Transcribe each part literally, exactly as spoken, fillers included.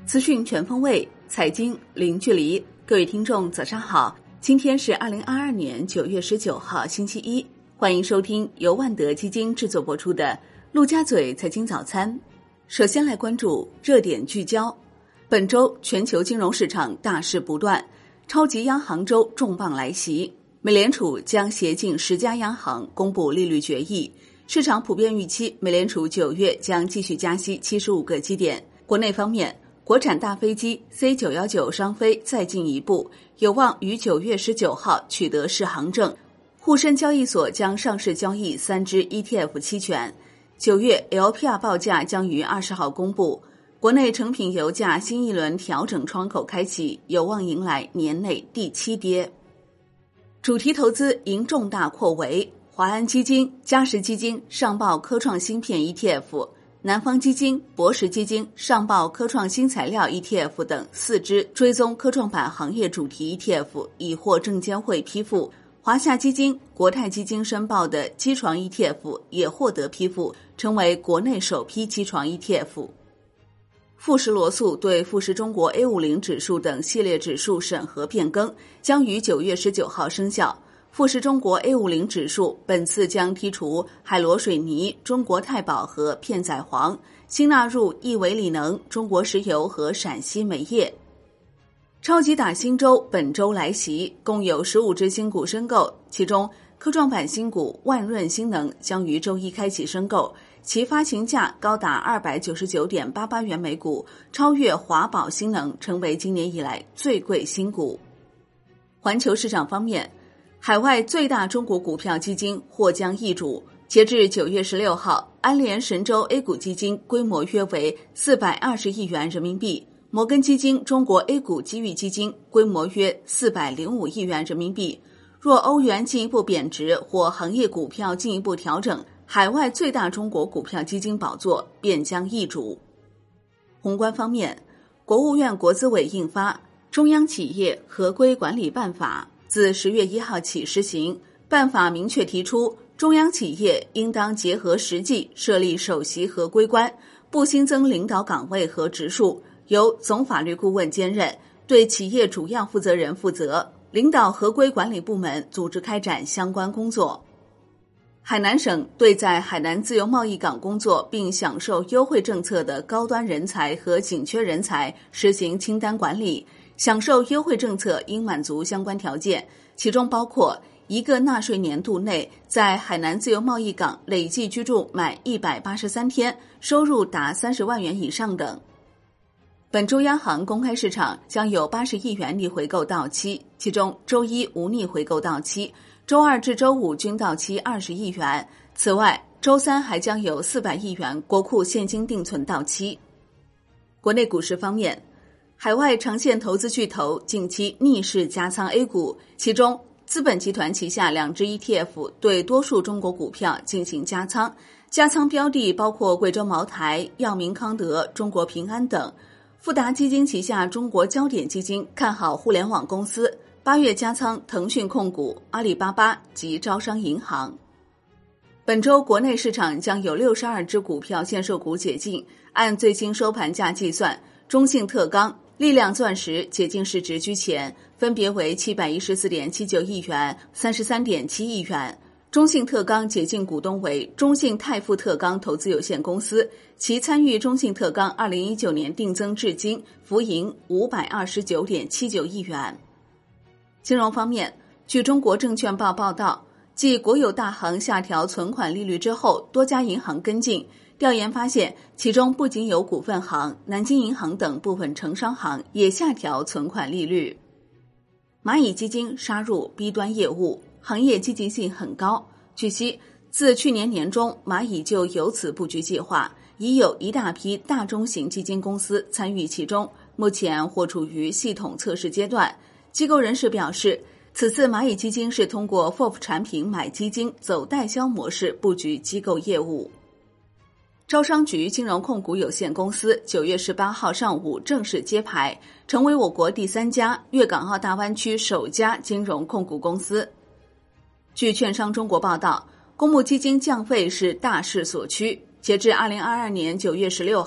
资讯全方位，财经零距离。各位听众早上好，今天是二零二二年九月十九号星期一，欢迎收听由万德基金制作播出的陆家嘴财经早餐。首先来关注热点聚焦。本周全球金融市场大事不断，超级央行周重磅来袭，美联储将协近十家央行公布利率决议，市场普遍预期美联储九月将继续加息七十五个基点。国内方面，国产大飞机 C 九一九 商飞再进一步，有望于九月十九号取得适航证。沪深交易所将上市交易三只 E T F 期权。九月 L P R 报价将于二十号公布。国内成品油价新一轮调整窗口开启，有望迎来年内第七跌。主题投资迎重大扩围，华安基金、嘉实基金上报科创芯片 E T F，南方基金、博时基金上报科创新材料 E T F 等四支追踪科创板行业主题 E T F 已获证监会批复，华夏基金、国泰基金申报的机床 E T F 也获得批复，成为国内首批机床 E T F。富时罗素对富时中国 A 五十 指数等系列指数审核变更，将于九月十九号生效。富时中国 A 五十 指数本次将剔除海螺水泥、中国太保和片仔癀，新纳入亿维锂能、中国石油和陕西煤业。超级打新周本周来袭，共有十五只新股申购，其中科创板新股万润新能将于周一开启申购，其发行价高达 二百九十九点八八元每股，超越华宝新能，成为今年以来最贵新股。环球市场方面，海外最大中国股票基金或将易主。截至九月十六号，安联神州 A 股基金规模约为四百二十亿元人民币，摩根基金中国 A 股机遇基金规模约四百零五亿元人民币。若欧元进一步贬值或行业股票进一步调整，海外最大中国股票基金宝座便将易主。宏观方面，国务院国资委印发《中央企业合规管理办法》，自十月一号起施行。办法明确提出，中央企业应当结合实际设立首席合规官，不新增领导岗位和职数，由总法律顾问兼任，对企业主要负责人负责，领导合规管理部门组织开展相关工作。海南省对在海南自由贸易港工作并享受优惠政策的高端人才和紧缺人才实行清单管理，享受优惠政策应满足相关条件，其中包括一个纳税年度内在海南自由贸易港累计居住满一百八十三天，收入达三十万元以上等。本周央行公开市场将有八十亿元逆回购到期，其中周一无逆回购到期，周二至周五均到期二十亿元。此外，周三还将有四百亿元国库现金定存到期。国内股市方面，海外长线投资巨头近期逆势加仓 A 股，其中资本集团旗下两只 E T F 对多数中国股票进行加仓，加仓标的包括贵州茅台、药明康德、中国平安等。富达基金旗下中国焦点基金看好互联网公司，八月加仓腾讯控股、阿里巴巴及招商银行。本周国内市场将有六十二只股票限售股解禁，按最新收盘价计算，中信特钢、力量钻石解禁市值居前，分别为七百一十四点七九亿元、三十三点七亿元。中信特钢解禁股东为中信泰富特钢投资有限公司，其参与中信特钢二零一九年定增至今，浮盈五百二十九点七九亿元。金融方面，据中国证券报报道，继国有大行下调存款利率之后，多家银行跟进。调研发现，其中不仅有股份行、南京银行等部分城商行也下调存款利率。蚂蚁基金杀入 B 端业务，行业积极性很高。据悉，自去年年中，蚂蚁就有此布局计划，已有一大批大中型基金公司参与其中，目前或处于系统测试阶段。机构人士表示，此次蚂蚁基金是通过 F O F 产品买基金走代销模式布局机构业务。招商局金融控股有限公司九月十八号上午正式揭牌，成为我国第三家、粤港澳大湾区首家金融控股公司。据券商中国报道，公募基金降费是大势所趋。截至二零二二年九月十六号，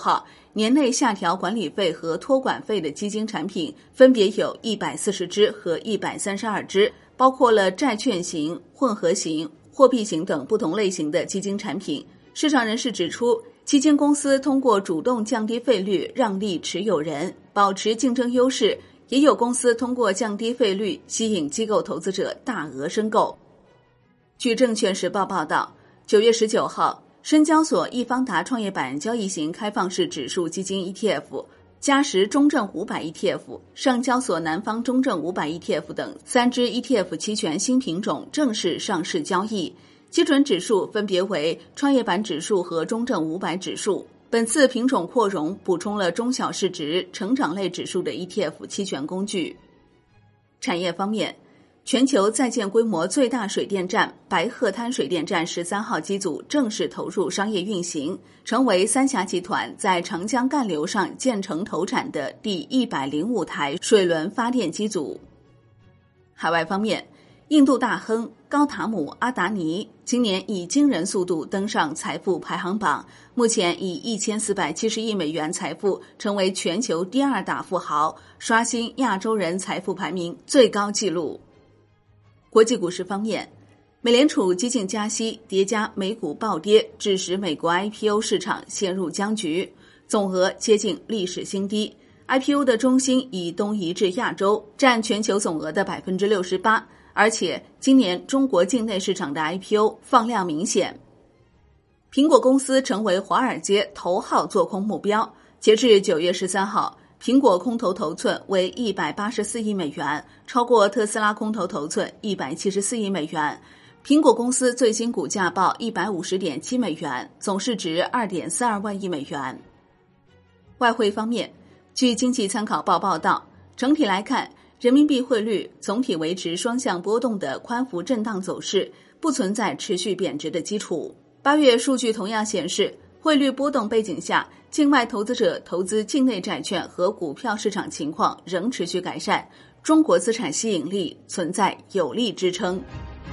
年内下调管理费和托管费的基金产品分别有一百四十只和一百三十二只，包括了债券型、混合型、货币型等不同类型的基金产品。市场人士指出，基金公司通过主动降低费率让利持有人，保持竞争优势，也有公司通过降低费率吸引机构投资者大额申购。据证券时报报道，九月十九号，深交所易方达创业板交易型开放式指数基金 E T F、嘉实中证五百 E T F、上交所南方中证五百 E T F 等三支 E T F 期权新品种正式上市交易，基准指数分别为创业板指数和中证五百指数。本次品种扩容补充了中小市值、成长类指数的 E T F 期权工具。产业方面，全球在建规模最大水电站白鹤滩水电站十三号机组正式投入商业运行，成为三峡集团在长江干流上建成投产的第一百零五台水轮发电机组。海外方面，印度大亨高塔姆阿达尼今年以惊人速度登上财富排行榜，目前以一千四百七十亿美元财富成为全球第二大富豪，刷新亚洲人财富排名最高纪录。国际股市方面，美联储激进加息叠加美股暴跌，致使美国 I P O 市场陷入僵局，总额接近历史新低。I P O 的中心以东移至亚洲，占全球总额的 百分之六十八， 而且今年中国境内市场的 I P O 放量明显。苹果公司成为华尔街头号做空目标，截至九月十三号，苹果空头头寸为一百八十四亿美元，超过特斯拉空头头寸一百七十四亿美元。苹果公司最新股价报 一百五十点七美元，总市值 二点四二万亿美元。外汇方面，据经济参考报报道，整体来看，人民币汇率总体维持双向波动的宽幅震荡走势，不存在持续贬值的基础。八月数据同样显示，汇率波动背景下，境外投资者投资境内债券和股票市场情况仍持续改善，中国资产吸引力存在有力支撑。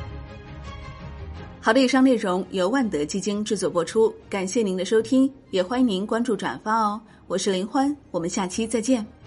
好的，以上内容由万德基金制作播出，感谢您的收听，也欢迎您关注转发哦。我是林欢，我们下期再见。